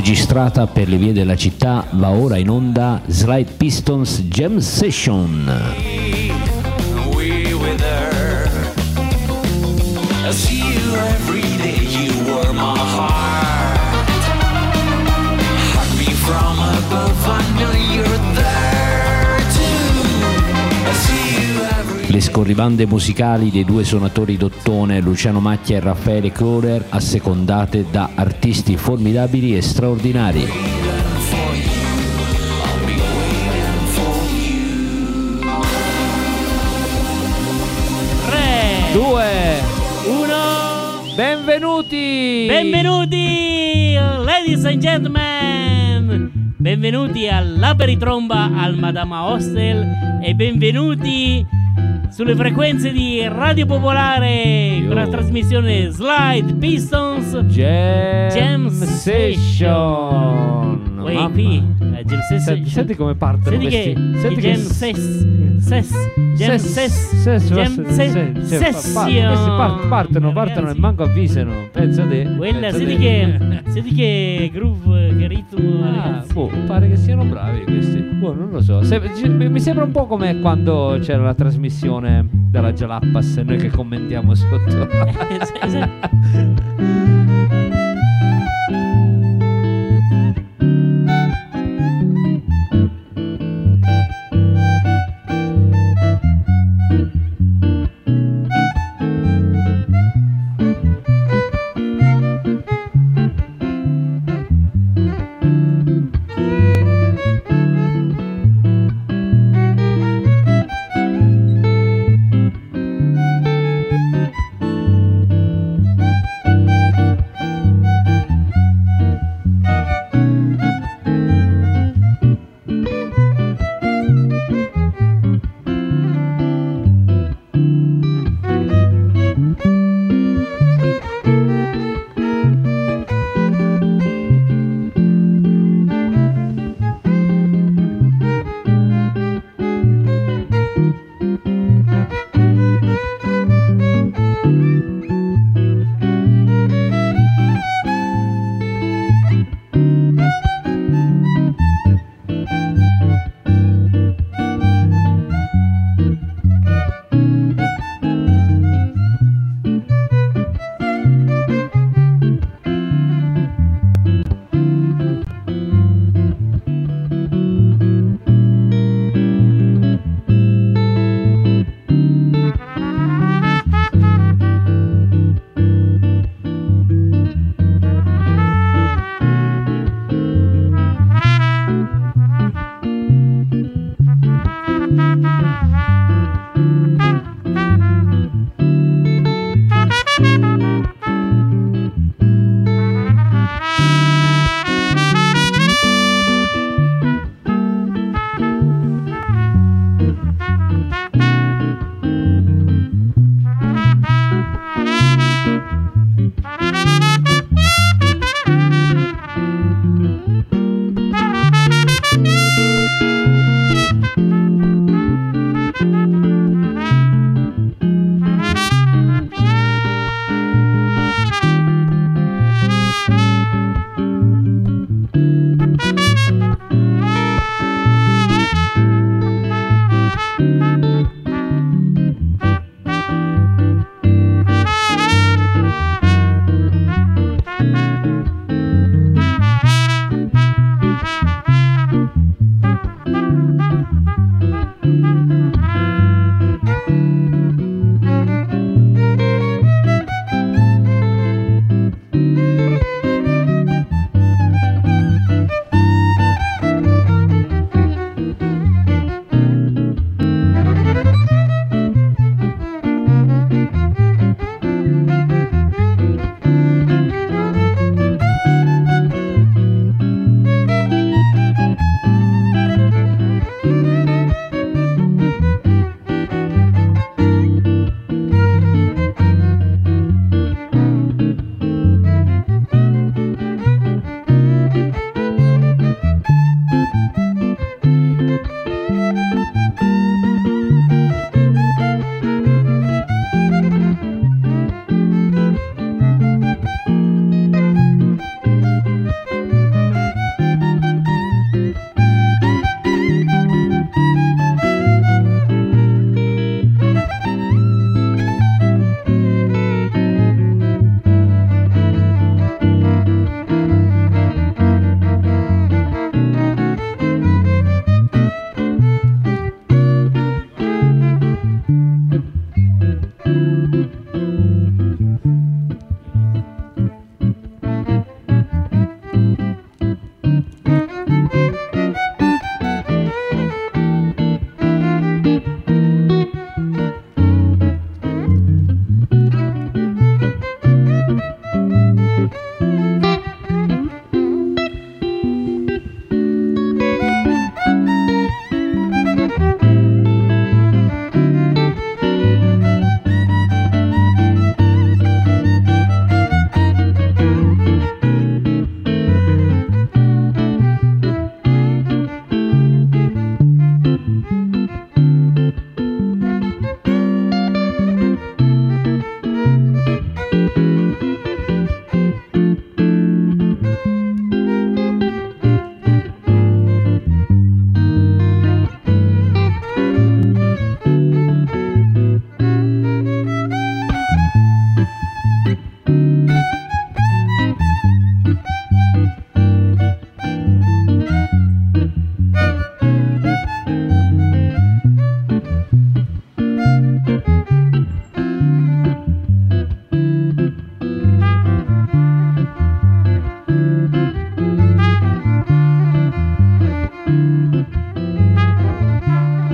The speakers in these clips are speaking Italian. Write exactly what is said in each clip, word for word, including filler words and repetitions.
registrata per le vie della città, va ora in onda Slide Pistons Jam Session. Le scorribande musicali dei due suonatori d'ottone Luciano Macchia e Raffaele Kohler, assecondate da artisti formidabili e straordinari. tre, due, uno, benvenuti! benvenuti, ladies and gentlemen! Benvenuti all'Aperitromba al Madama Hostel e benvenuti sulle frequenze di Radio Popolare Yo. con la trasmissione Slide Pistons Jam, Jam Session. Wait, Mamma. P, eh, Jam Session. Senti, senti come partono Senti che, questi. che Senti Jam s- Ses Ses Jam Ses- Ses ses- Jam ses- Se- se- se- pa- pa- Session. questi part- partono, partono e Ragazzi, manco avvisano. Pensa te. Quella, pensa senti te. che Senti che groove, che ritmo, Ah, ragazzi. boh, pare che siano bravi questi. Boh, non lo so. Se- ci- mi sembra un po' come quando c'era la trasmissione della Jalappas e noi che commentiamo sotto.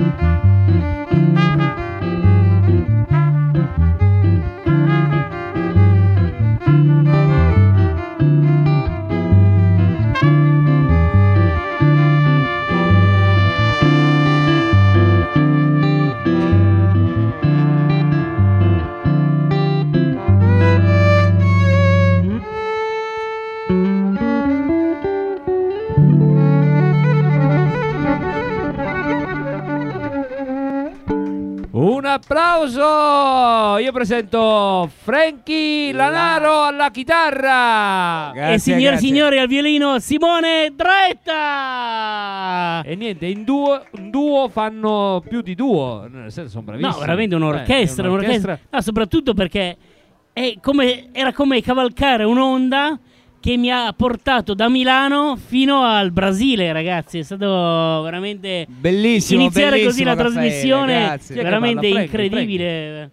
Un applauso! Io presento Frankie Lanaro alla chitarra. Grazie, e signore e grazie. signori al violino Simone Dretta. E niente, in duo, in duo fanno più di duo. Nel senso, sono bravissimi. No, veramente un'orchestra, Eh, è un'orchestra. un'orchestra. No, soprattutto perché è come, era come cavalcare un'onda che mi ha portato da Milano fino al Brasile, ragazzi. È stato veramente Bellissimo, iniziare bellissimo, così la Raffaele, trasmissione, grazie. Chi è che veramente parla? Prego, incredibile.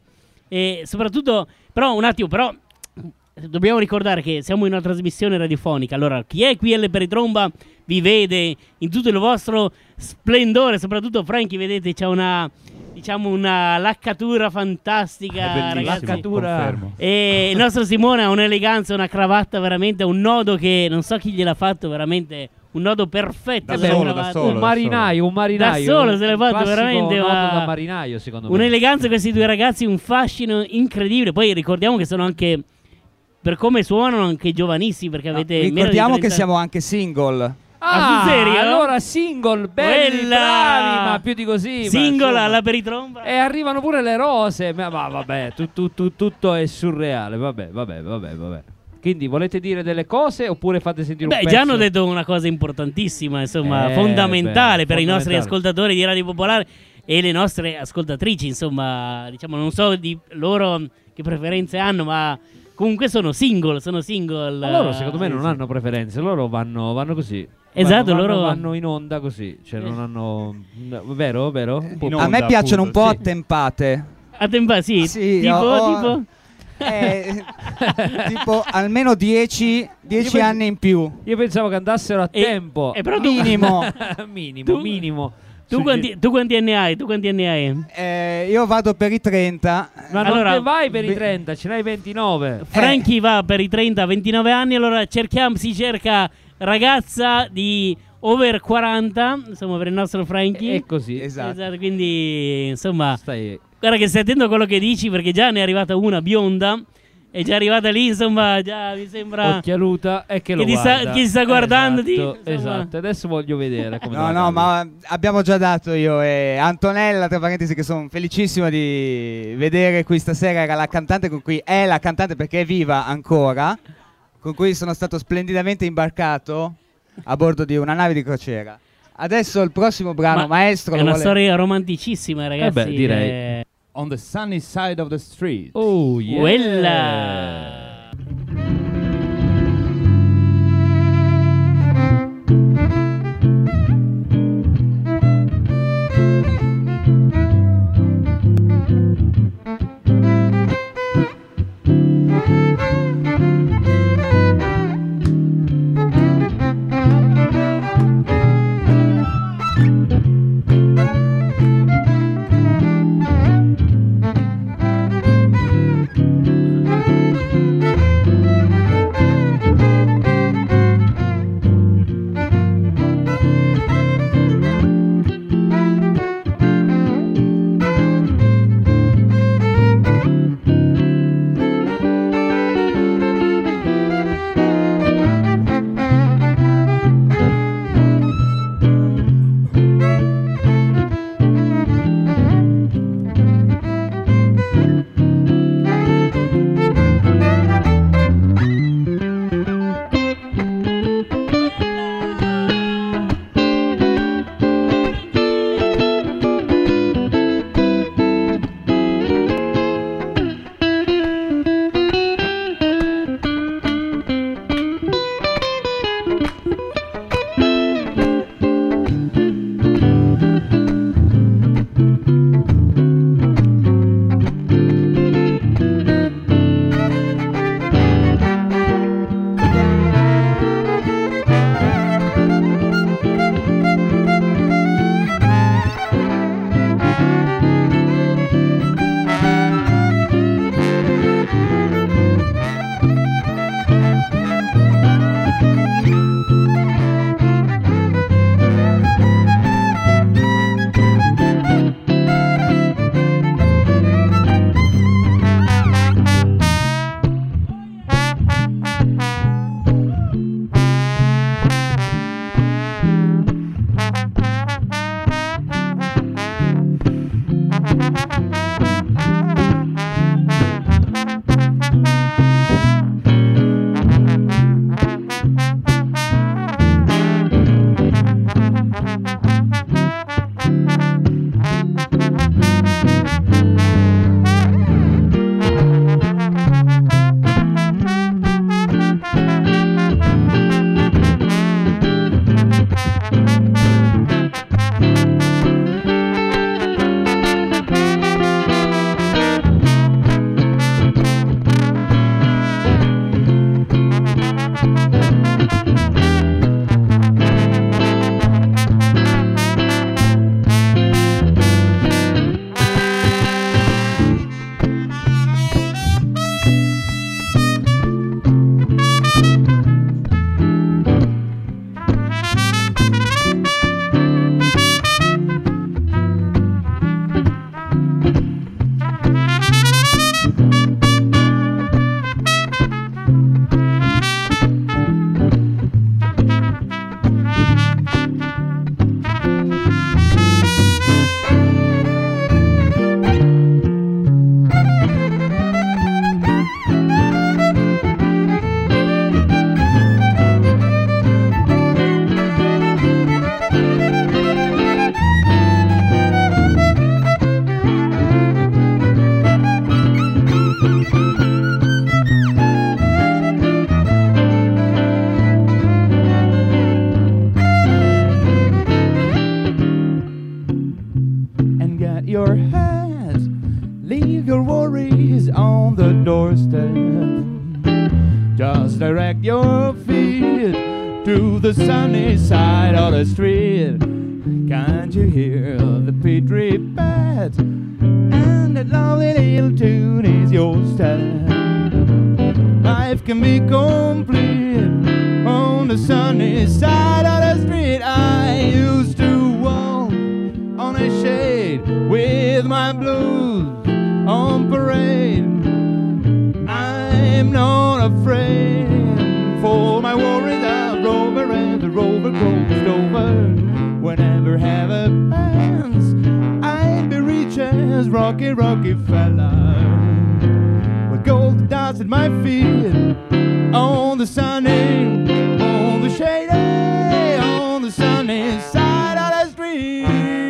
E soprattutto, però, un attimo, però. Dobbiamo ricordare che siamo in una trasmissione radiofonica. Allora, chi è qui alle Peritromba vi vede in tutto il vostro splendore. Soprattutto Frankie, vedete, c'ha una, diciamo, una laccatura fantastica, ragazzi. Laccatura. E il nostro Simone ha un'eleganza, una cravatta, veramente un nodo che non so chi gliel'ha fatto, veramente un nodo perfetto. Da per solo, la da cravatta. solo. Un marinaio, un marinaio. Da solo se l'è Un fatto classico veramente, nodo ma- da marinaio, secondo me. Un'eleganza questi due ragazzi, un fascino incredibile. Poi ricordiamo che sono anche, per come suonano, anche giovanissimi, perché avete meno di Ricordiamo che trenta siamo anche single. Ah, sul serio? allora single, belli, Quella! bravi, ma più di così. ma singola insomma. alla Peritromba. E arrivano pure le rose, ma, ma vabbè, tu- tu- tu- tutto è surreale, vabbè, vabbè, vabbè, vabbè. Quindi volete dire delle cose oppure fate sentire Beh, un pezzo? già hanno detto una cosa importantissima, insomma, Eh, fondamentale beh, per i nostri fondamentale. ascoltatori di Radio Popolare e le nostre ascoltatrici, insomma, diciamo, non so di loro che preferenze hanno, ma comunque sono single, sono single. Ma loro secondo me eh, non sì. hanno preferenze, loro vanno, vanno così. Esatto, vanno, loro- vanno, vanno in onda così, cioè Eh. non hanno... no, vero, vero? Un po' In A onda, me piacciono appunto, un po' sì. attempate. A tempo, sì, Sì, tipo, ho- tipo... Eh, tipo almeno dieci Io penso- anni in più. Io pensavo che andassero a E- tempo. e però tu- Minimo. minimo, Tu- minimo. Tu Su- quanti, tu quanti anni hai? Tu quanti anni hai? Eh, io vado per i trenta. Ma Allora- non te vai per i Beh- trenta, ce n'hai ventinove. Frankie va per i trenta ventinove anni, allora cerchiamo, si cerca ragazza di over quaranta, insomma, per il nostro Frankie. E così. Esatto. Esatto, quindi insomma, Stai... guarda che stai attento a quello che dici, perché già ne è arrivata una bionda, è già arrivata lì, insomma, già mi sembra... Occhialuta e che lo Che ti sta- guarda. che ti sta guardando, ti- Esatto, insomma. esatto. Adesso voglio vedere come No, te la no, cavi. ma abbiamo già dato io e Antonella, tra parentesi, che sono felicissima di vedere qui stasera, era la cantante con cui è la cantante perché è viva ancora, con cui sono stato splendidamente imbarcato a bordo di una nave di crociera. Adesso il prossimo brano, Ma maestro, È lo una vuole- storia romanticissima, ragazzi. beh, direi. eh, On the sunny side of the street. Oh, yeah. Quella... at your head. Leave your worries on the doorstep. Just direct your feet to the sunny side of the street. Can't you hear the Petri bat? And that lovely little tune is your step. Life can be complete on the sunny side of the street. I used to walk on a shade with my blues on parade. I'm not afraid, for my worries are over and the rover goes over. Whenever have a chance, I'd be rich as Rocky, Rocky fella. With gold dust at my feet, on the sunny, on the shady, on the sunny side of the street.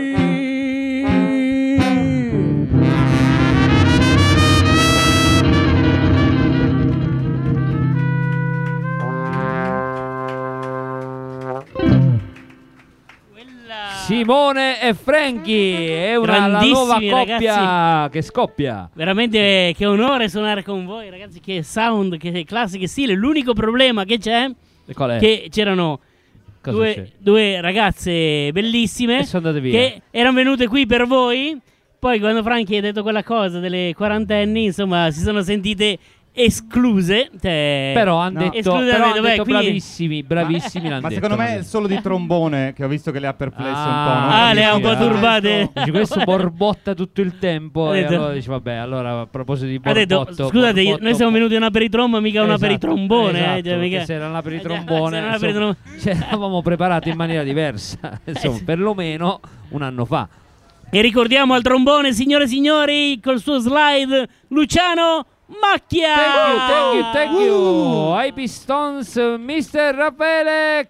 Simone e Frankie è una la nuova coppia ragazzi. Che scoppia. Veramente che onore suonare con voi, ragazzi. Che sound, che classe, che stile. L'unico problema che c'è E qual è? che c'erano Cosa due, c'è? due ragazze bellissime E sono andate via. che erano venute qui per voi. Poi quando Frankie ha detto quella cosa delle quarantenni, insomma, si sono sentite escluse. Cioè, Però hanno No. detto, escluse però hanno han detto, detto "Beh, qui-" bravissimi, bravissimi l'hanno Ma detto, secondo me l'hanno è il solo di trombone che ho visto che le ha perplesso Ah. un po'. no? Ah, le ha un po' Perché- turbate. Dice, questo borbotta tutto il tempo. Ha E detto- allora dice vabbè, allora a proposito di Ha borbotto, detto, scusate, borbotto, noi siamo venuti una per i tromba, mica una per i Esatto, trombone. esatto, eh, cioè, mica- perché se era una per i Eh, trombone, se era una per i insomma, trom- ci eravamo preparati in maniera diversa, insomma, sì. perlomeno un anno fa. E ricordiamo al trombone, signore e signori, col suo slide, Luciano Macchia. Thank you, thank you, thank you. Ai Pistons, mister Raffaele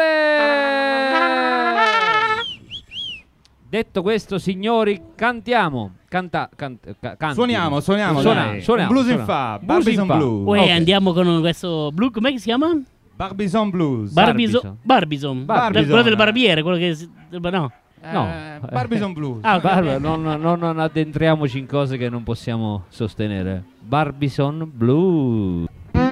Chiole. Detto questo, signori, cantiamo. Canta, cant, ca- canti. Suoniamo, suoniamo. Suoniamo, dai. suoniamo, Un blues in suoniamo. fa. Blues in Barbizon fa. Blues. Uè, Ok. andiamo con questo blu, com'è che si chiama? Barbizon Blues. Barbison. Barbison. Barbison. Del- quello del barbiere, quello che... si- No. No. Eh, Barbizon Blues. Ah, ok. Barbara, non, non- non addentriamoci in cose che non possiamo sostenere. Barbizon Blues.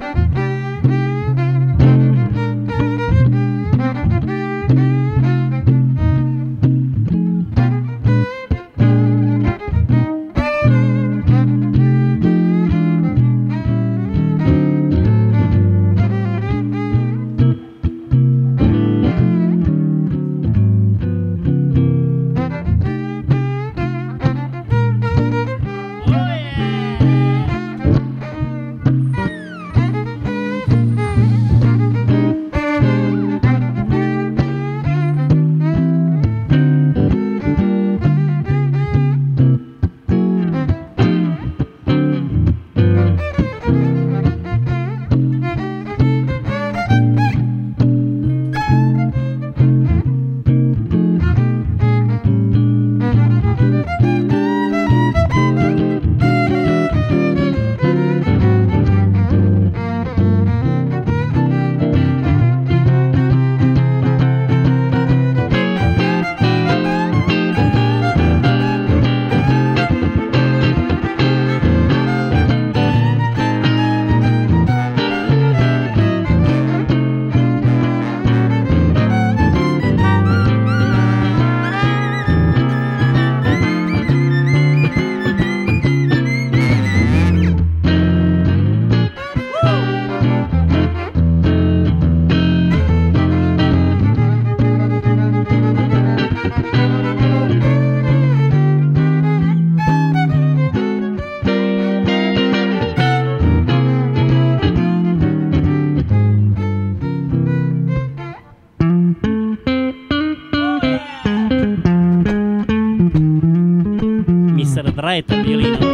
Dret al violino.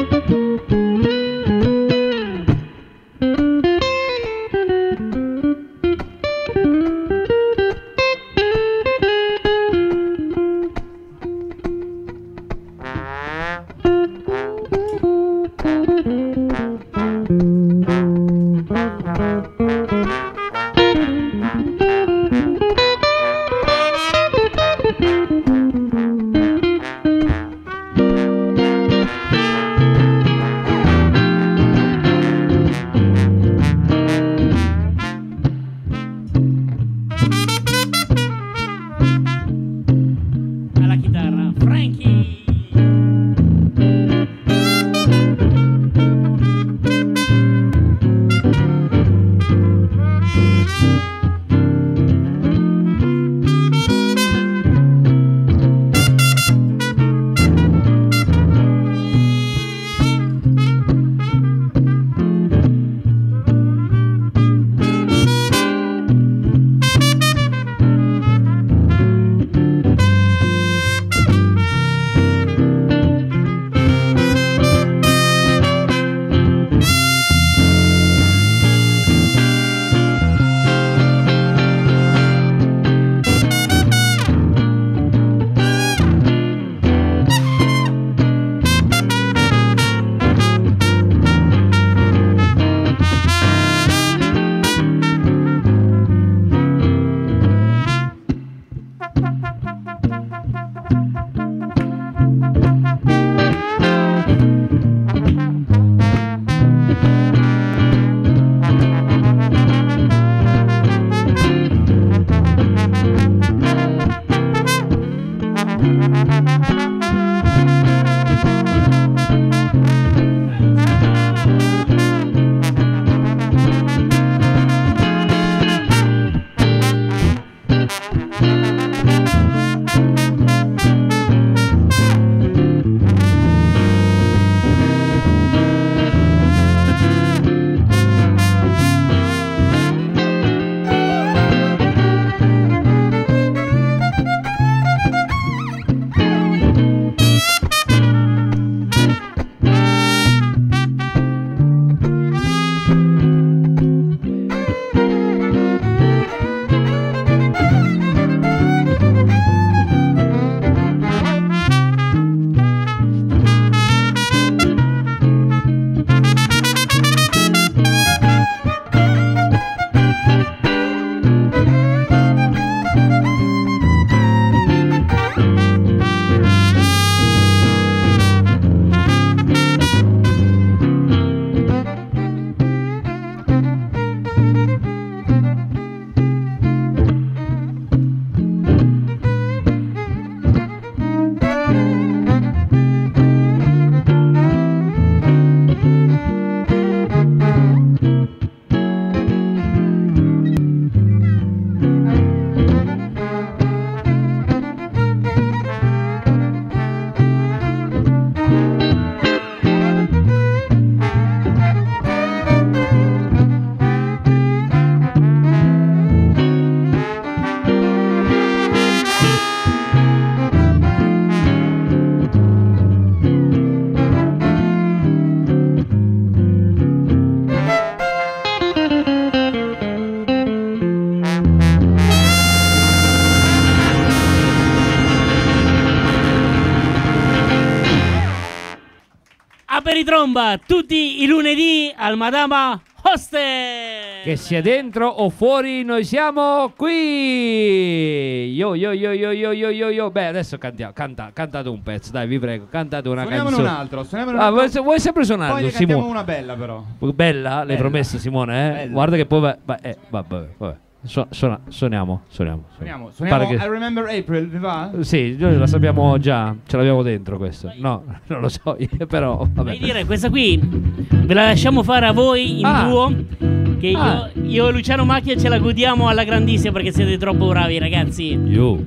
Peritromba tutti i lunedì al Madama Hostel. Che sia dentro o fuori, noi siamo qui. Yo yo yo yo yo yo yo yo. Beh, adesso cantiamo, canta, cantate un pezzo, dai, vi prego, cantate una Suoniamone canzone. un altro, suoniamone un Ah, altro. vuoi, vuoi sempre suonarlo, Poi ne cantiamo Simone? una bella però. Bella, l'hai Bella. promesso, Simone, eh? Bella. Guarda che poi va, va- eh, vabbè, vabbè. Su- suona- suoniamo, suoniamo. Suoniamo, Pare suoniamo che- I Remember April, vi va? Sì, noi la sappiamo già, ce l'abbiamo dentro questo. No, non lo so, io, però vabbè. Vuoi dire, questa qui ve la lasciamo fare a voi in Ah. duo. Che io, Ah. io e Luciano Macchia ce la godiamo alla grandissima perché siete troppo bravi, ragazzi. Yo.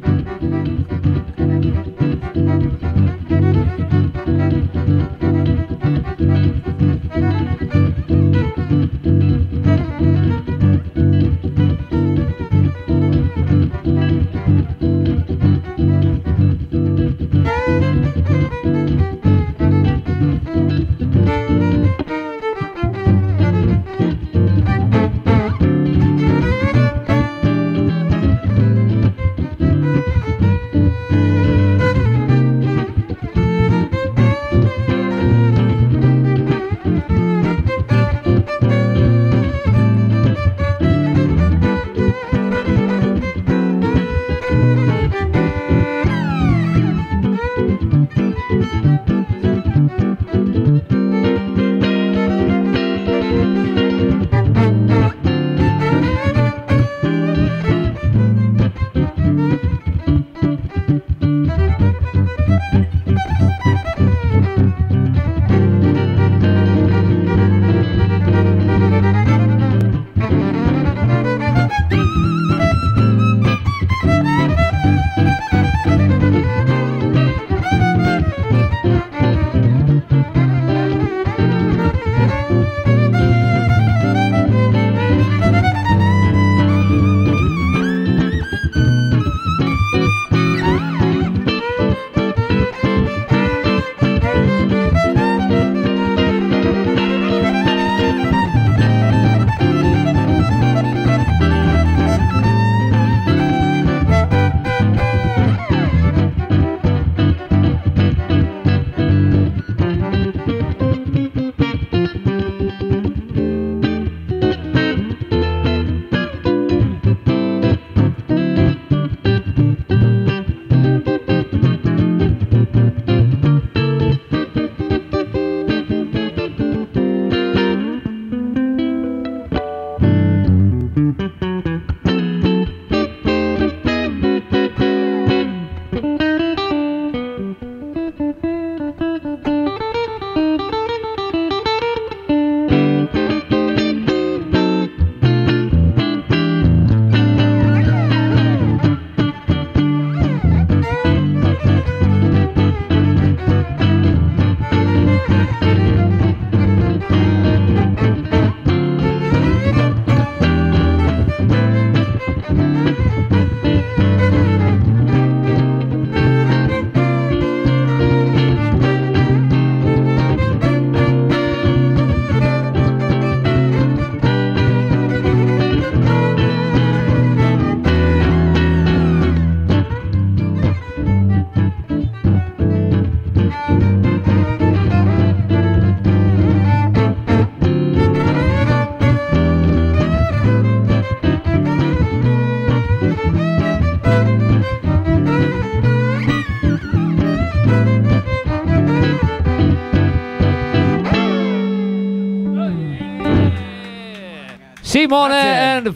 Simone Grazie. and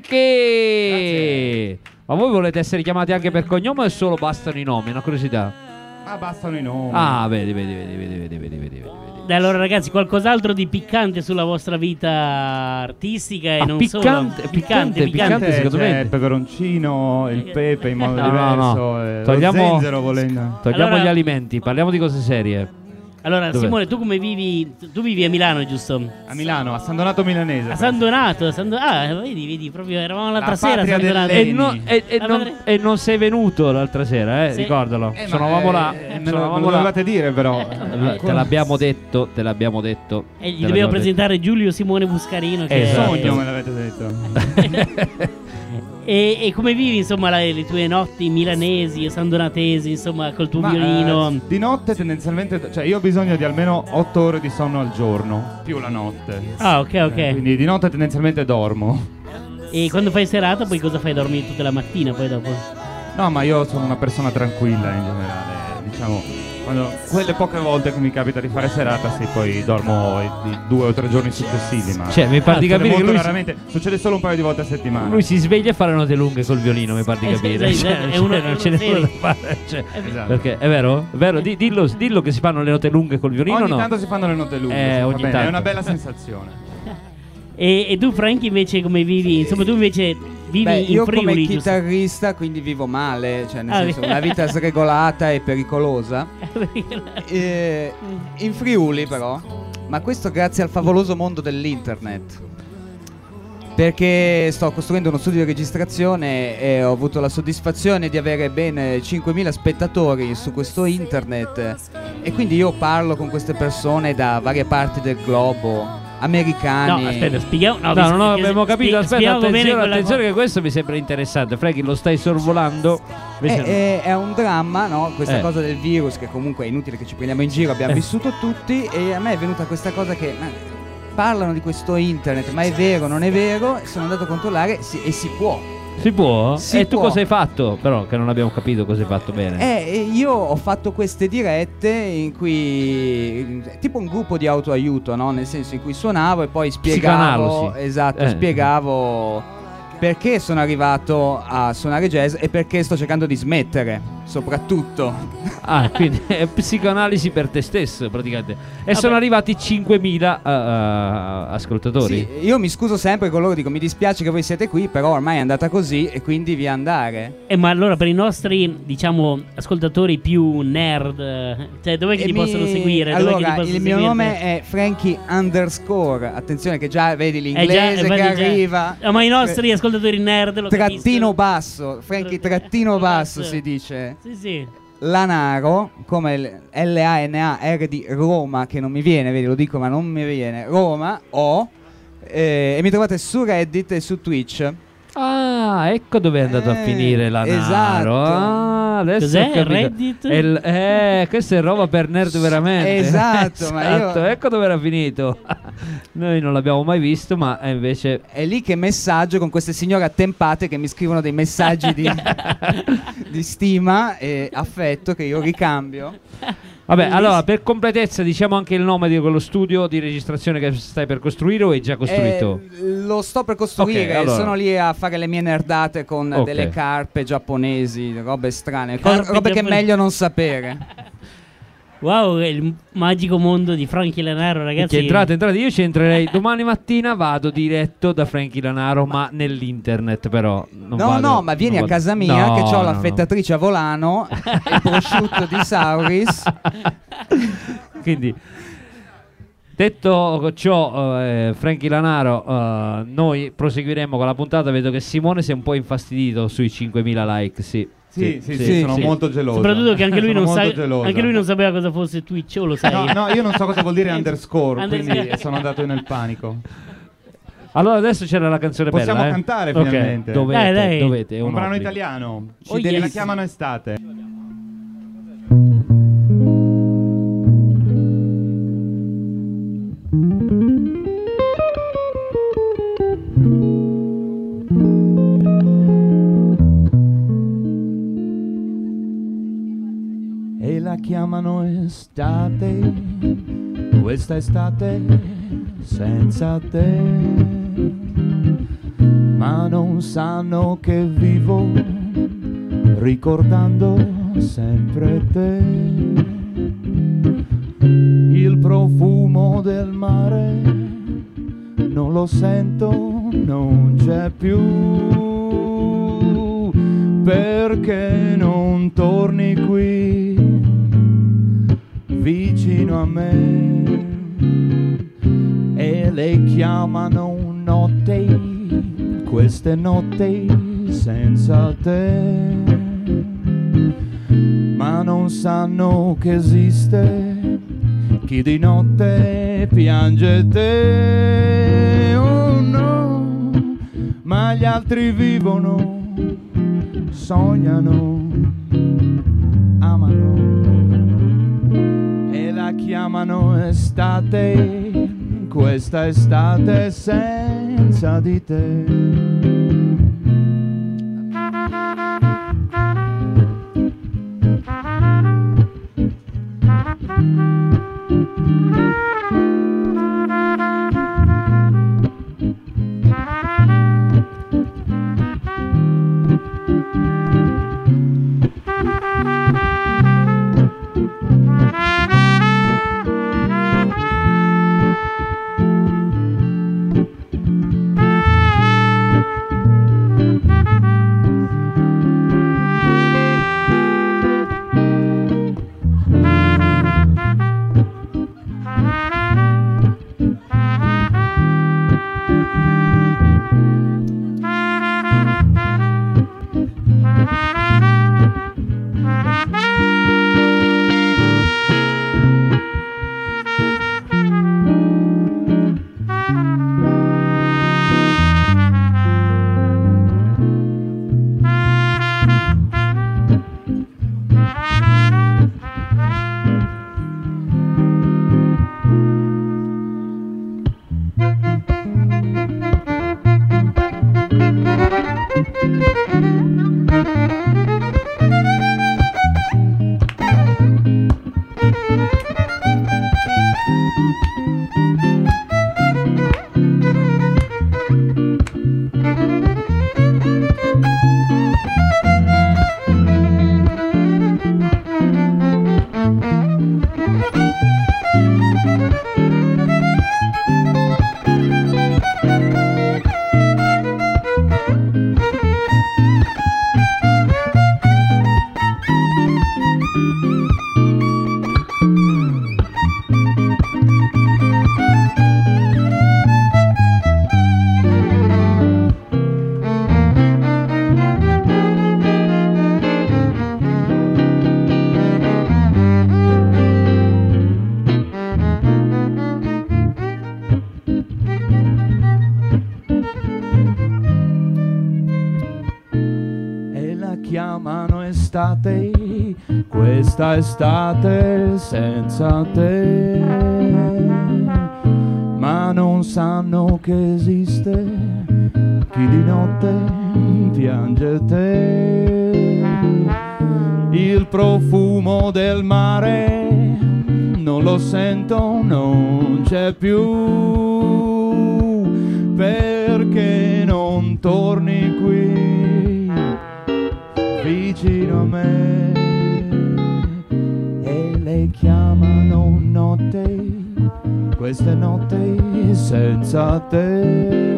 Frankie. Ma voi volete essere chiamati anche per cognome o solo bastano i nomi? Una curiosità. Ma bastano i nomi. Ah, vedi, vedi, vedi, vedi, vedi, vedi, vedi, vedi. Dai, allora ragazzi, qualcos'altro di piccante sulla vostra vita artistica e Ah, non piccante, solo. piccante, piccante. Eh, secondo c'è me- il peperoncino, il pepe in modo No, no, no. diverso, eh, Togliamo- lo zenzero volendo. Togliamo Allora- gli alimenti, parliamo di cose serie. Allora, Dov'è? Simone, tu come vivi? Tu vivi a Milano, giusto? A Milano, a San Donato Milanese. A San Donato, a San Do- ah, vedi, vedi, proprio eravamo l'altra La sera a patria San Donato. delle- E, no- e- e Ah, non, padre- e non sei venuto l'altra sera, eh? Sì. Ricordalo. Eh, ma, Suonavamo eh, là. eh, me lo, me suonavamo lo là. dovevate dire però. Eh, Te l'abbiamo detto, te l'abbiamo detto. E te gli l'abbiamo dobbiamo detto. presentare Giulio Simone Buscarino. Che Esatto. Sogno me l'avete detto. E, e come vivi insomma la- le tue notti milanesi o sandonatesi, insomma, col tuo Ma, violino? eh, di notte tendenzialmente, cioè io ho bisogno di almeno otto ore di sonno al giorno, più la notte. Ah, ok, ok. Eh, quindi di notte tendenzialmente dormo. E quando fai serata poi cosa fai? Dormi tutta la mattina poi dopo? No, ma io sono una persona tranquilla in generale, diciamo, quando, quelle poche volte che mi capita di fare serata, sì, poi dormo i, i due o tre giorni successivi, ma Cioè, mi pare di succede capire che molto lui, si- raramente, succede solo un paio di volte a settimana. lui si sveglia a fare note lunghe col violino, mi pare di Eh, sì, capire. sì, Cioè, è non ce uno- n'è- è non ce n'è uno nulla da serio. fare. Cioè, Esatto. perché è vero? È vero? Di- dillo, dillo che si fanno le note lunghe col violino, Ogni no? tanto si fanno le note lunghe, Eh, sì, va ogni bene, tanto. è una bella sensazione. E, e tu Frank invece come vivi? Insomma tu invece vivi Beh, in io Friuli, come giusto? chitarrista quindi vivo male, cioè nel Ah, senso vi- una vita sregolata e pericolosa. Eh, in Friuli però, ma questo grazie al favoloso mondo dell'internet. Perché sto costruendo uno studio di registrazione e ho avuto la soddisfazione di avere ben cinquemila spettatori su questo internet e quindi io parlo con queste persone da varie parti del globo, americani. No, aspetta, spieghiamo. No, No, vi- no, no, spie- abbiamo capito. spie- Aspetta, spieghiamo bene attenzione, quella attenzione cosa. che questo mi sembra interessante. Franchi, lo stai sorvolando. Invece È, è- è un dramma, no? Questa Eh. cosa del virus che comunque è inutile che ci prendiamo in giro, abbiamo Eh. vissuto tutti e a me è venuta questa cosa che ma, parlano di questo internet, ma è vero, non è vero? Sono andato a controllare sì, e si può. si può? Si e tu può. cosa hai fatto? Però che non abbiamo capito cosa hai fatto bene. Eh, e io ho fatto queste dirette in cui tipo un gruppo di autoaiuto, no? Nel senso in cui suonavo e poi spiegavo, Psicanalisi. esatto, Eh. spiegavo perché sono arrivato a suonare jazz e perché sto cercando di smettere, soprattutto. Ah, quindi è psicoanalisi per te stesso praticamente. E sono arrivati cinquemila uh, uh, ascoltatori. Sì, io mi scuso sempre con loro, dico mi dispiace che voi siete qui, però ormai è andata così e quindi via andare. Eh, ma allora per i nostri, diciamo, ascoltatori più nerd, eh, cioè dov'è che E ti mi- possono seguire? Dov'è che Allora, ti possono il mio seguire? nome è Frankie underscore, attenzione che già vedi Eh, già, l'inglese eh, che vedi già. arriva. Ah, ma i nostri ascoltatori nerd lo Trattino capiscono. basso, Frankie trattino basso si dice. Sì, sì. Lanaro, come il L A N A R di Roma, che non mi viene, vedi, lo dico ma non mi viene. Roma, O, eh, e mi trovate su Reddit e su Twitch. Ah, ecco dove è andato a Eh, finire la esatto. Ah, adesso Cos'è, ho capito. Reddit? È il- eh, questa è roba per nerd veramente. Esatto, ma io- Esatto, ecco dove era finito. Noi non l'abbiamo mai visto, ma è invece È lì che messaggio con queste signore attempate che mi scrivono dei messaggi di, di stima e affetto che io ricambio. Vabbè, Bellissimo. allora per completezza diciamo anche il nome di quello studio di registrazione che stai per costruire o è già costruito? Eh, lo sto per costruire, Ok, allora. sono lì a fare le mie nerdate con Ok. delle carpe giapponesi, robe strane, co- Carpe robe che è giapponesi. meglio non sapere. Wow, è il magico mondo di Frankie Lanaro, ragazzi. Che entrate, entrate, io ci entrerei domani mattina, vado diretto da Frankie Lanaro, ma nell'internet però. Non No, vado- no, ma vieni non a vado- casa mia No, che ho no, no. l'affettatrice a volano, il prosciutto di Sauris. Quindi, detto ciò, eh, Frankie Lanaro, eh, noi proseguiremo con la puntata. Vedo che Simone si è un po' infastidito sui cinquemila like. Sì, Sì, sì, sì, sì, sono sì. molto geloso. Soprattutto che anche lui, Sono non sa- molto geloso. anche lui non sapeva cosa fosse Twitch, o lo sai? No, no, io non so cosa vuol dire underscore, Underscore. quindi sono andato nel panico. Allora adesso c'era la canzone Possiamo bella. eh? cantare Ok, finalmente. Dovete, Dai, dai. dovete, è Un brano obbligo. italiano. Oh, Ci yes. la chiamano estate. E la chiamano estate, questa estate senza te, ma non sanno che vivo ricordando sempre te. Il profumo del mare non lo sento, non c'è più, perché non torni qui vicino a me. E le chiamano notte, queste notti senza te, ma non sanno che esiste chi di notte piange te. Oh no, ma ma gli altri vivono, sognano, amano e la chiamano estate, questa estate senza di te. Chiamano estate, questa estate senza te, ma non sanno che esiste chi di notte piange te. Il profumo del mare non lo sento, non c'è più, perché non torni qui vicino a me. E le chiamano notte, queste notti senza te,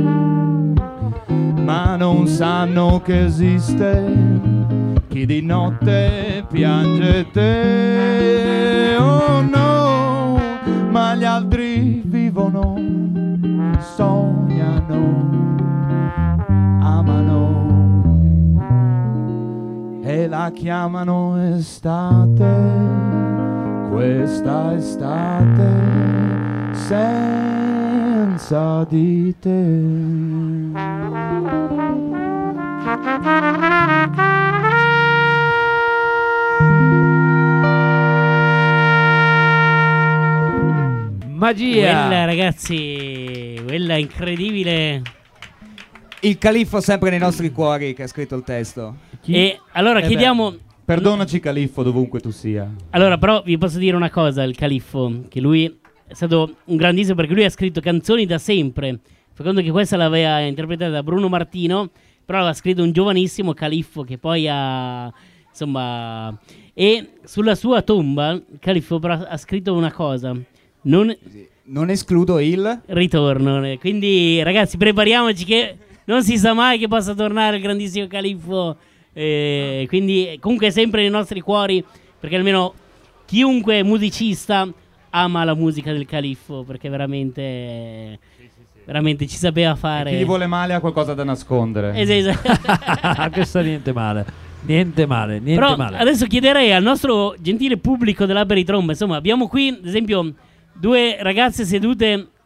ma non sanno che esiste chi di notte piange te. Oh no, ma gli altri vivono, sognano, amano e la chiamano estate, questa estate senza di te. Magia! Quella, ragazzi, quella incredibile. Il califfo sempre nei nostri cuori che ha scritto il testo. E allora Eh chiediamo. beh, perdonaci Califfo dovunque tu sia. Allora, però vi posso dire una cosa, il Califfo, che lui è stato un grandissimo, perché lui ha scritto canzoni da sempre. Secondo che questa l'aveva interpretata da Bruno Martino, però l'ha scritto un giovanissimo Califfo che poi ha, insomma, e sulla sua tomba Califfo però ha scritto una cosa, non Non escludo il ritorno. Quindi ragazzi, prepariamoci che non si sa mai che possa tornare il grandissimo Califfo. Eh, quindi comunque sempre nei nostri cuori, perché almeno chiunque musicista ama la musica del Califfo, perché veramente veramente ci sapeva fare. E chi gli vuole male ha qualcosa da nascondere. Esatto. Questo niente male, niente male, niente Però male. adesso chiederei al nostro gentile pubblico dell'Alberi Tromba, insomma, abbiamo qui ad esempio due ragazze sedute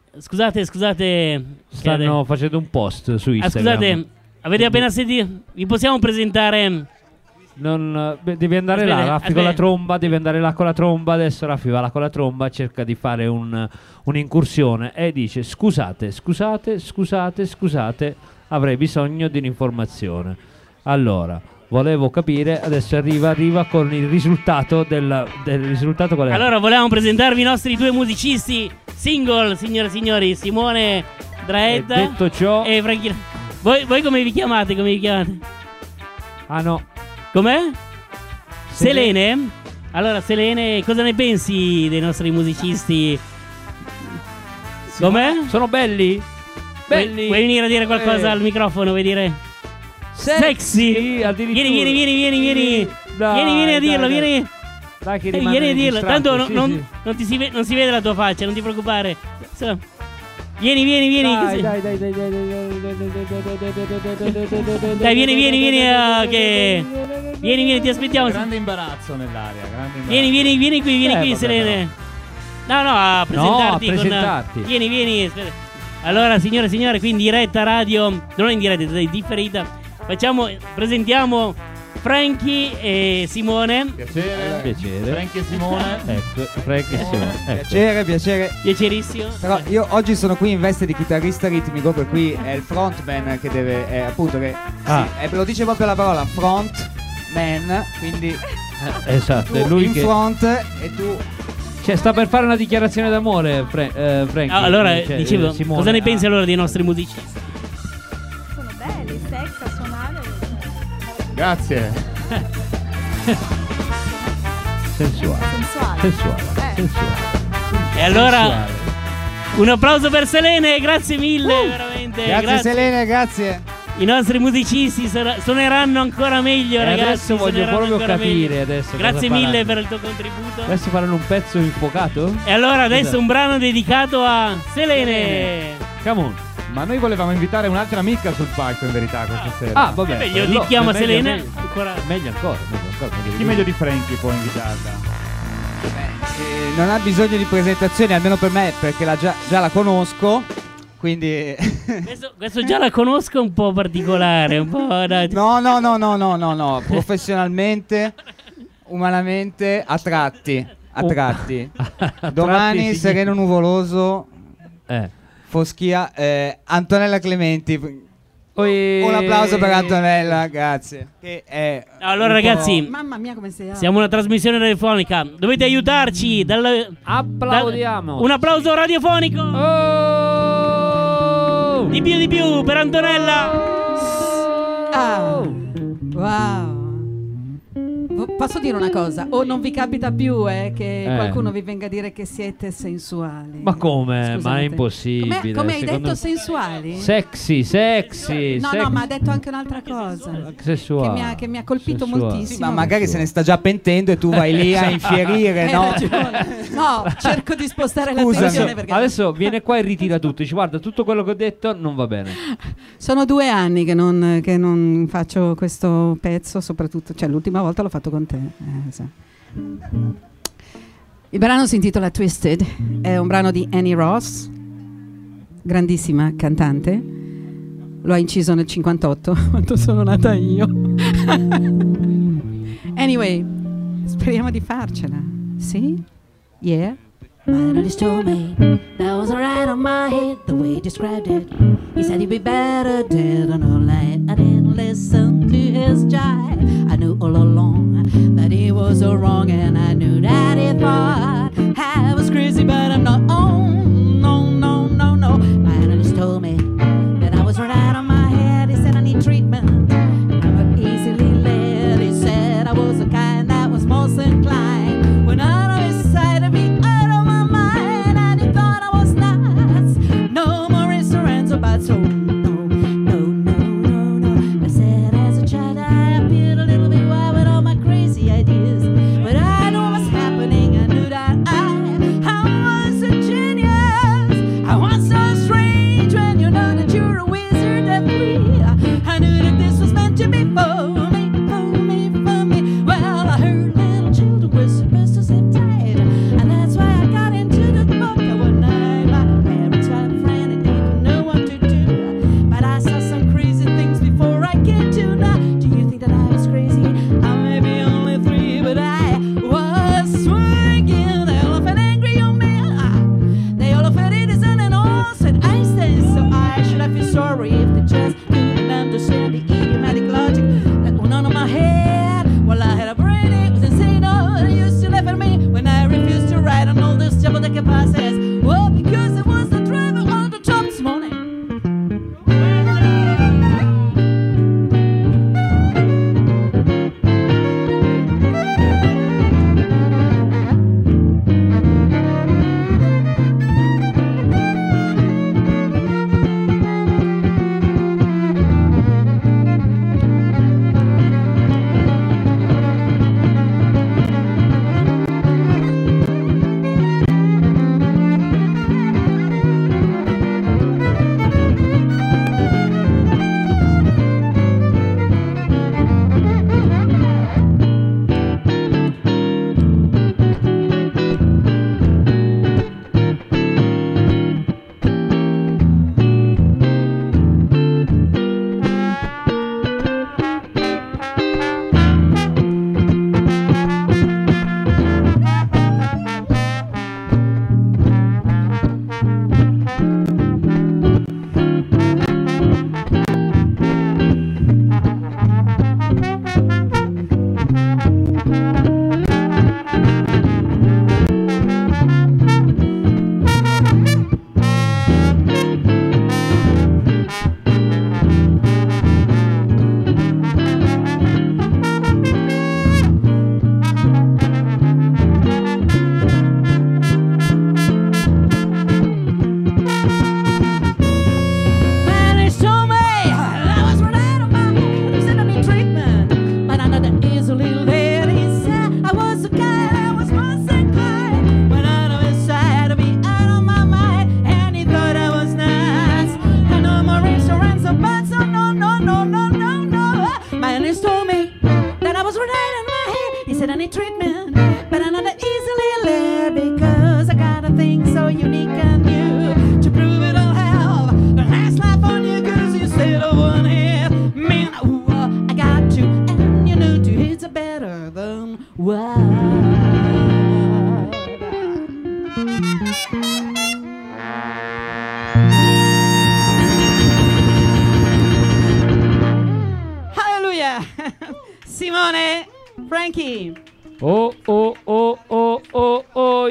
scusate, scusate. Stanno facendo un post su Ah, Instagram. scusate, avete appena sentito? Vi possiamo presentare? Non, beh, devi andare Aspetta, là, Raffi con aspetta. la tromba, devi andare là con la tromba. Adesso Raffi va là con la tromba, cerca di fare un, un'incursione e dice: scusate, scusate, scusate, scusate, avrei bisogno di un'informazione. Allora, volevo capire, adesso arriva, arriva con il risultato del, del risultato qual è? Allora, volevamo presentarvi i nostri due musicisti single, signore e signori, Simone E Draetta detto ciò, e Franchi. Voi, voi come vi chiamate? Come vi chiamate? ah no, Com'è? Selene? Allora, Selene, cosa ne pensi dei nostri musicisti? Com'è? sono belli? Vuoi, Belli! vuoi venire a dire qualcosa Eh. al microfono? Vuoi dire? Sexy, addirittura. Vieni, vieni, vieni, vieni, vieni. Dai, Vieni, vieni a dai, dirlo, dai. vieni. Dai che Eh, rimane vieni a dirlo. registrato, Tanto no- sì, non, sì. non ti si ve- non si vede la tua faccia, non ti preoccupare. So. Vieni, vieni, vieni. Dai, così. dai, dai, dai, dai, dai, dai, dai, dai, dai, dai, Dai, vieni, vieni, vieni. ah, che... Vieni, vieni, ti aspettiamo. Grande imbarazzo nell'aria, grande imbarazzo. Vieni, vieni, vieni qui, vieni Eh, qui, vabbè, Selene. No, no, a presentarti. con- presentarti. Vieni, vieni. aspetta. Allora, signore e signori, qui in diretta radio, non in diretta, dai, differita. Facciamo, presentiamo Franchi e Simone. Piacere. Piacere. Franchi e Simone. Ecco, Frank e Simone. Ecco. Piacere, piacere. Piacerissimo. Però io oggi sono qui in veste di chitarrista ritmico, per cui è il frontman che deve, è appunto che Ah. sì, è- lo dice proprio la parola frontman, quindi Eh, esatto, tu è lui in che front e tu cioè, sta per fare una dichiarazione d'amore, Fra- eh, Frank. Ah, allora, Cioè, dicevo, eh, Simone, cosa ne pensi ah. allora dei nostri musicisti? Sono belli, sexy a suonare. Grazie. Sensuale. Sensuale. Sensuale. Eh. Sensuale. E allora, Sensuale. un applauso per Selene, grazie mille, veramente. grazie, Selene, grazie. I nostri musicisti sarà- suoneranno ancora meglio, E ragazzi. adesso voglio suoneranno proprio ancora capire meglio. adesso Grazie cosa mille faranno. per il tuo contributo. Adesso faranno un pezzo infuocato? E allora adesso Scusa. un brano dedicato a Selene. Come on. Ma noi volevamo invitare un'altra amica sul palco in verità questa sera. Ah, vabbè. Eh beh, io quello- ti chiamo meglio- Selene. Meglio, Ancora. meglio ancora, meglio ancora. meglio Chi di- meglio di Franchi può invitarla? Eh, non ha bisogno di presentazioni, almeno per me, perché la già, già la conosco, quindi Questo, questo già la conosco, un po' particolare, un po'. dai. no, no, no, no, no, no, no, professionalmente, umanamente, a tratti, a Oh. tratti. A Domani tratti sì. sereno nuvoloso, Eh. foschia, eh, Antonella Clementi. Poi- Un applauso per Antonella, grazie. Che è Allora, un po'- ragazzi, Mamma mia come sei alto. siamo una trasmissione radiofonica. Dovete aiutarci. Dal, Applaudiamo. dal- un applauso radiofonico. Oh! Di più, di più per Antonella. Ah, wow. V- Posso dire una cosa? O non vi capita più eh, che Eh. qualcuno vi venga a dire che siete sensuali? Ma come? Ma Scusate. è impossibile. Come, come hai secondo- detto sensuali? Sexy, sexy. No, sexy. no, ma ha detto anche un'altra cosa. Anche sessuale. Che mi ha, che mi ha colpito Sessuale. moltissimo. Sì, ma magari se ne sta già pentendo e tu vai lì a infierire, Hai no? ragione. No, cerco di spostare Scusami. l'attenzione Adesso, perché adesso viene qua e ritira tutto. Dice, guarda, tutto quello che ho detto non va bene. sono due anni che non, che non faccio questo pezzo, soprattutto, cioè l'ultima volta l'ho fatto con te. Eh, sì. Il brano si intitola Twisted, è un brano di Annie Ross, grandissima cantante. Lo ha inciso nel cinquantotto, quando sono nata io. Anyway, speriamo di farcela. Sì? Yeah? My analyst told me that was alright on my head, the way he described it. He said he'd be better dead on a light. I didn't listen to his jive. I knew all along that he was so wrong, and I knew that he thought I was crazy, but I'm not. Oh, no, no, no, no. My analyst told me that I was right on my head. He said I need treatment. I'm not easily led. He said I was the kind that was most inclined when out of his sight of me. No more restaurants or bad so no, no, no, no, no. I said as a child I appeared a little bit wild with all my crazy ideas, but I knew what was happening. I knew that trouble that passes. Oh, because it was the driver on the top this morning. Simone, Frankie. Oh oh oh oh oh oh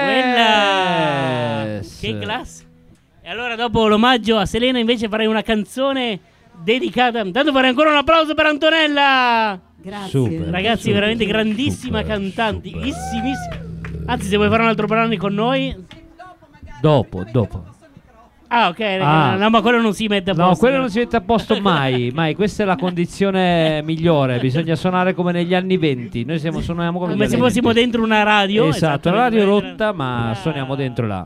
yes. Che classe. E allora dopo l'omaggio a Selena invece farei una canzone dedicata. Intanto farei ancora un applauso per Antonella. Grazie. Super, ragazzi, super, veramente grandissima super, cantante, super. issimissima. Anzi, se vuoi fare un altro brano con noi. Dopo, dopo. Ah, ok, Ah. no, ma quello non si mette a posto. No, quello non si mette a posto mai, mai. Questa è la condizione migliore. Bisogna suonare come negli anni venti. Noi siamo, suoniamo come, Come negli se anni fossimo venti. dentro una radio. Esatto, la radio esatto, rotta, ma Ah. suoniamo dentro là.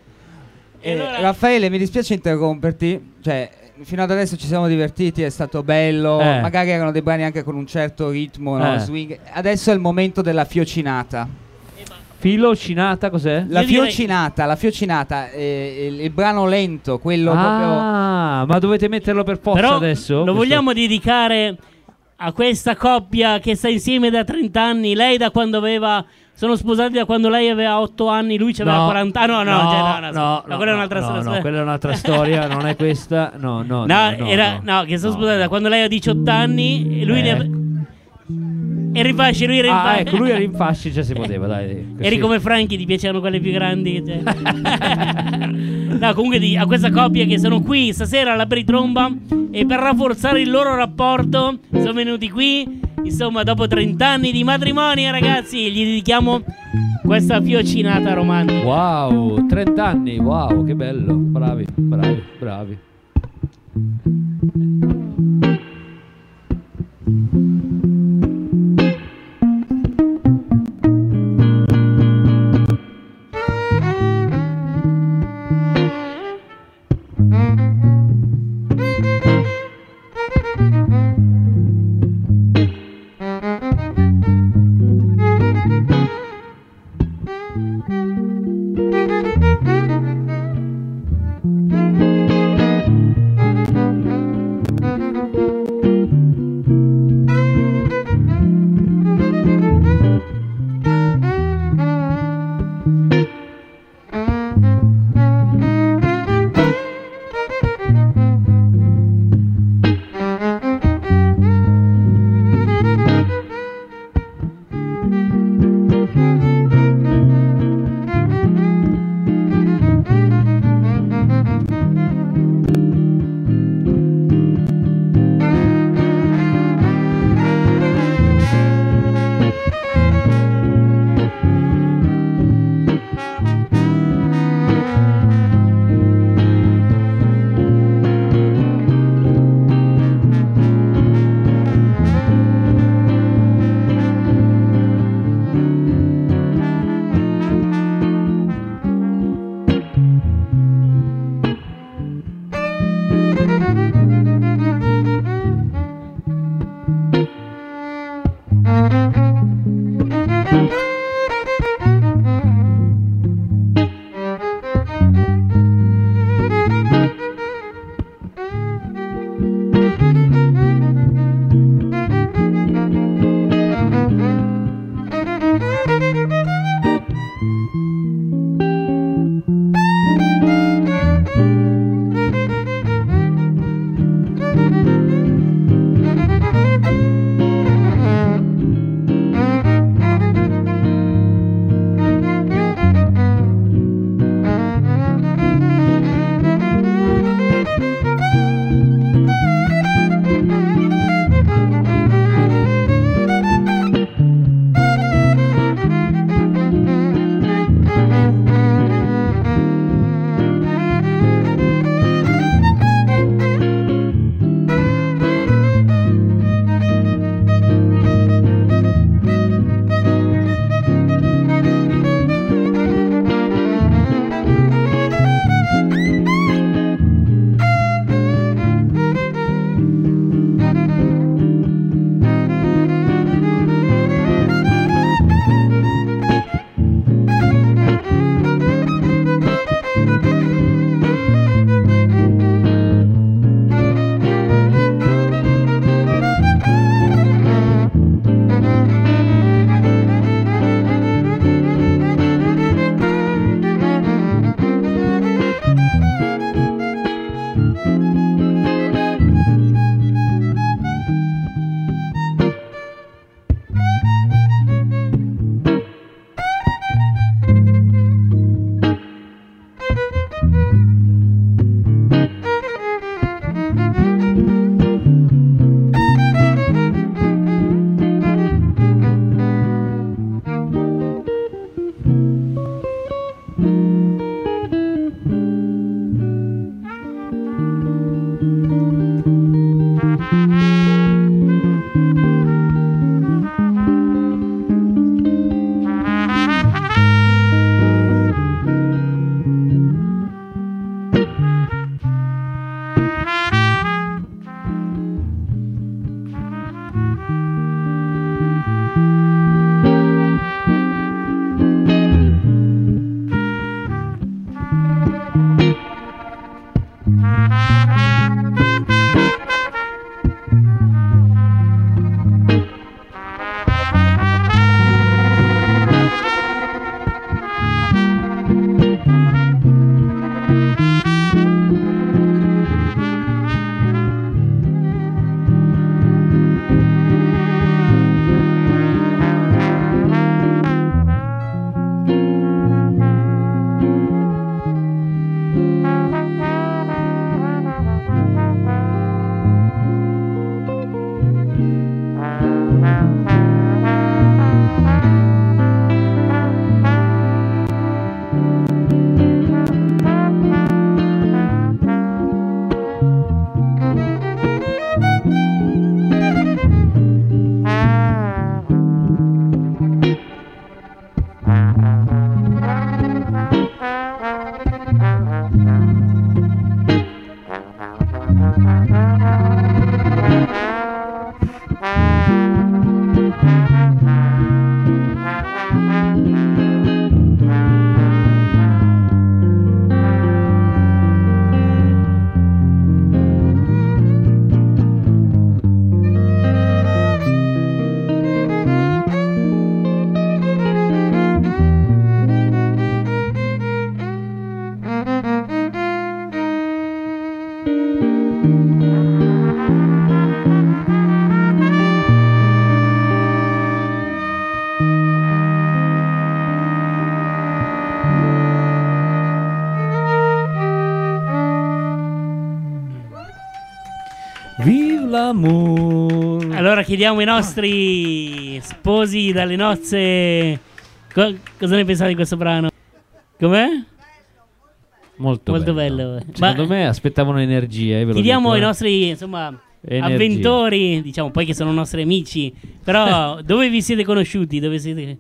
E allora- Eh, Raffaele, mi dispiace interromperti. Cioè, fino ad adesso ci siamo divertiti, è stato bello. Eh. Magari erano dei brani anche con un certo ritmo, no? Eh. Swing. Adesso è il momento della fiocinata. Filocinata cos'è? La Io direi- fiocinata, la fiocinata, eh, il, il brano lento, quello proprio. Ah, ma dovete metterlo per forza Però adesso? lo Questo- vogliamo dedicare a questa coppia che sta insieme da trenta anni. Lei da quando aveva. Sono sposati da quando lei aveva otto anni, lui aveva No, quaranta. Ah, no, no, no, cioè, no, no, no, no, quella è un'altra no, storia. no, quella è un'altra storia, non è questa. No, no, No, no, no, era, no, che sono no. sposati da quando lei aveva diciotto anni e lui Eh. ne ave- e rifasci, lui era in Ah, fa- ecco, lui era in fasci, cioè si poteva, dai. Eri come Frankie, ti piacevano quelle più grandi. Cioè. No, comunque di- a questa coppia che sono qui stasera alla Beritromba e per rafforzare il loro rapporto sono venuti qui. Insomma, dopo trenta anni di matrimonio, ragazzi, gli dedichiamo questa fiocinata romantica. Wow, trenta anni, wow, che bello. Bravi, bravi, bravi. Thank Vive l'amour. Allora chiediamo ai nostri sposi dalle nozze co- cosa ne pensate di questo brano? Com'è? Molto, Molto bello. bello. Secondo Ma- me aspettavano energia. Eh, ve lo Chiediamo dico, ai eh. nostri insomma Energia. avventori, diciamo poi che sono nostri amici, però dove vi siete conosciuti? Dove siete?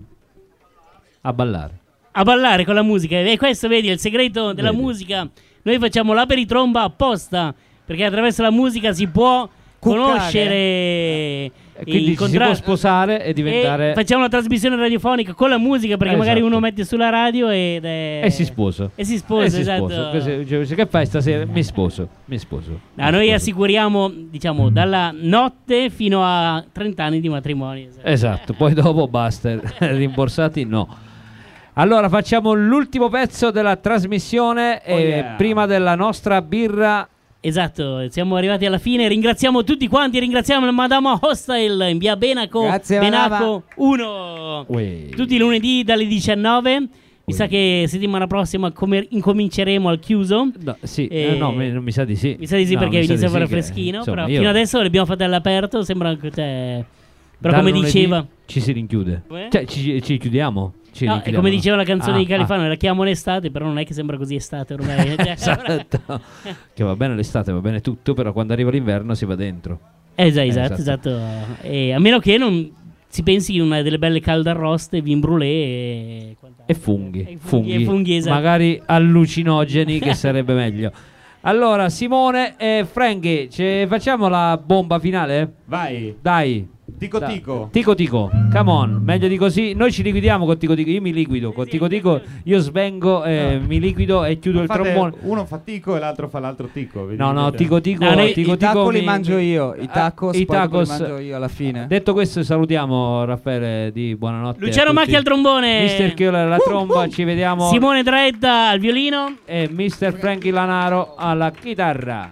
A ballare. A ballare con la musica. E questo vedi è il segreto della Vedi. musica. Noi facciamo l'aperitromba apposta perché attraverso la musica si può Cuccare. conoscere E quindi ci si incontrare- può sposare e diventare... E facciamo una trasmissione radiofonica con la musica perché Eh, magari esatto. uno mette sulla radio ed è... E si sposa. E si sposa, E si esatto. sposa. Così, cioè, che fai stasera? Mi sposo. Mi sposo. No, Mi noi sposo. assicuriamo, diciamo, dalla notte fino a trenta anni di matrimonio. esatto. Esatto, poi dopo basta, rimborsati no. Allora facciamo l'ultimo pezzo della trasmissione Oh, e yeah. prima della nostra birra. Esatto, siamo arrivati alla fine. Ringraziamo tutti quanti. Ringraziamo il Madama Hostel in via Benaco, Grazie, Benaco uno. Uè. Tutti i lunedì dalle diciannove. Mi sa che settimana prossima come incominceremo al chiuso. No, sì, Eh, eh, no, mi, mi sa di sì. Mi sa di sì No, perché mi sa inizia a di fare sì che, freschino. insomma, Però io fino adesso le abbiamo fatte all'aperto. Sembra che cioè, però dal come lunedì diceva, ci si rinchiude. Come? Cioè ci, ci chiudiamo. Ci no, è rinchiudiamo, come no? diceva la canzone Ah, di Califano, ah. la chiamo l'estate, però non è che sembra così estate ormai. Cioè, Esatto. Che va bene l'estate, va bene tutto, però quando arriva l'inverno si va dentro. Eh, già, esatto, esatto. esatto. E a meno che non si pensi in una delle belle caldarroste, vin brûlé e, quant'altro. E funghi, E funghi, funghi, e funghi, esatto. magari allucinogeni che sarebbe meglio. Allora Simone e Frankie, ci facciamo la bomba finale? Vai. Dai. Tico Da- tico. Tico tico, come on, meglio di così. Noi ci liquidiamo con tico tico, io mi liquido con tico tico, io svengo, eh, No. mi liquido e chiudo il Fate- trombone. Uno fa tico e l'altro fa l'altro tico. vi No, no, dividete. tico tico, No, noi- tico I tico tacos li mi- mangio io, i Ah, tacos, i poi dopo li tacos. mangio io alla fine. Detto questo salutiamo Raffaele di buonanotte. Luciano a tutti. Macchia al trombone, mister Killer alla tromba, ci vediamo. Simone Dredda al violino. E mister Frankie Lanaro alla chitarra.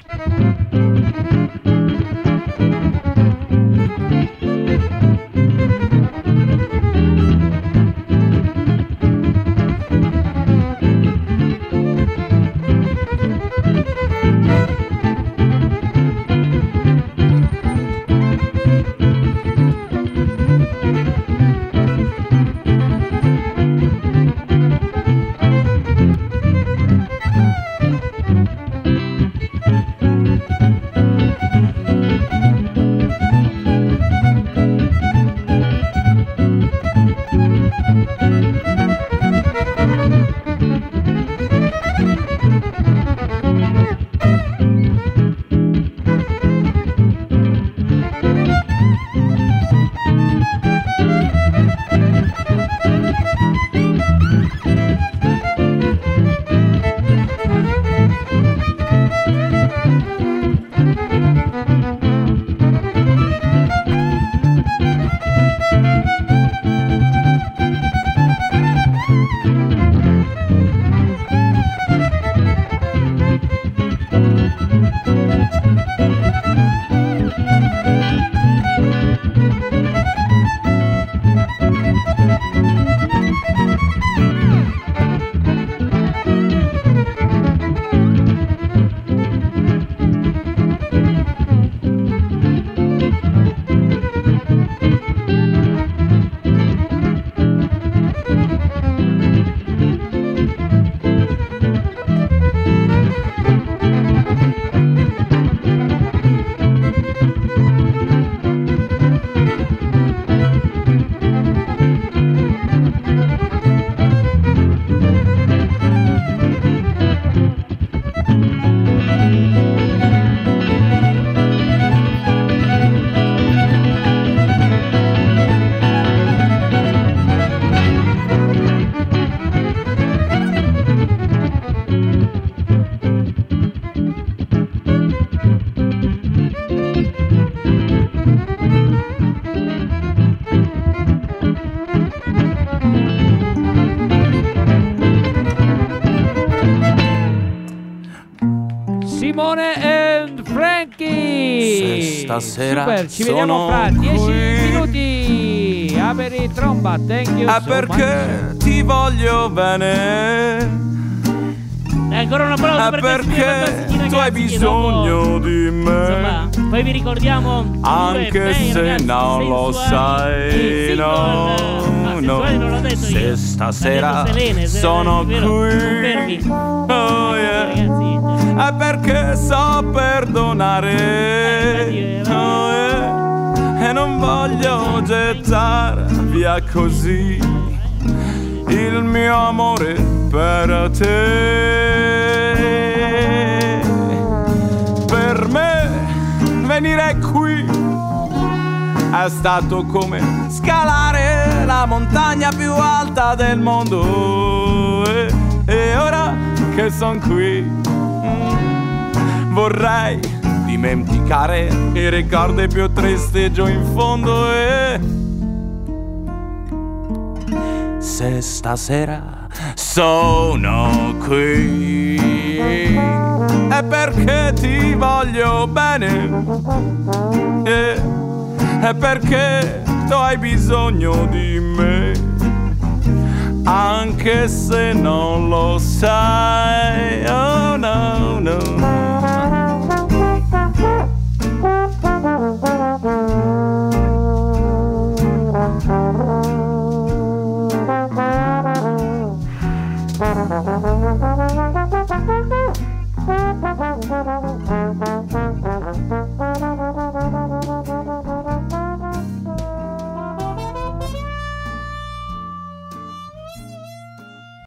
Simone and Frankie. Se stasera Super, ci vediamo sono fra dieci qui. minuti. Aperi tromba, thank you È so perché much. ti voglio bene. E ancora un applauso È per questi due perché fantastici ragazzi, tu hai bisogno dopo, di me. Insomma, poi vi ricordiamo anche se non lo sai, no, no, non l'ho detto se io. stasera Selene, se- sono vero, confermi. qui, oh yeah, Ragazzi, è perché so perdonare, Eh, infatti, oh yeah, e non voglio gettare via così il mio amore per te. Per me venire qui è stato come scalare la montagna più alta del mondo, e, e ora che son qui mm, vorrei dimenticare i ricordi più tristi giù in fondo, e se stasera sono qui è perché ti voglio bene, e è perché tu hai bisogno di me, anche se non lo sai, oh no no. Thank you.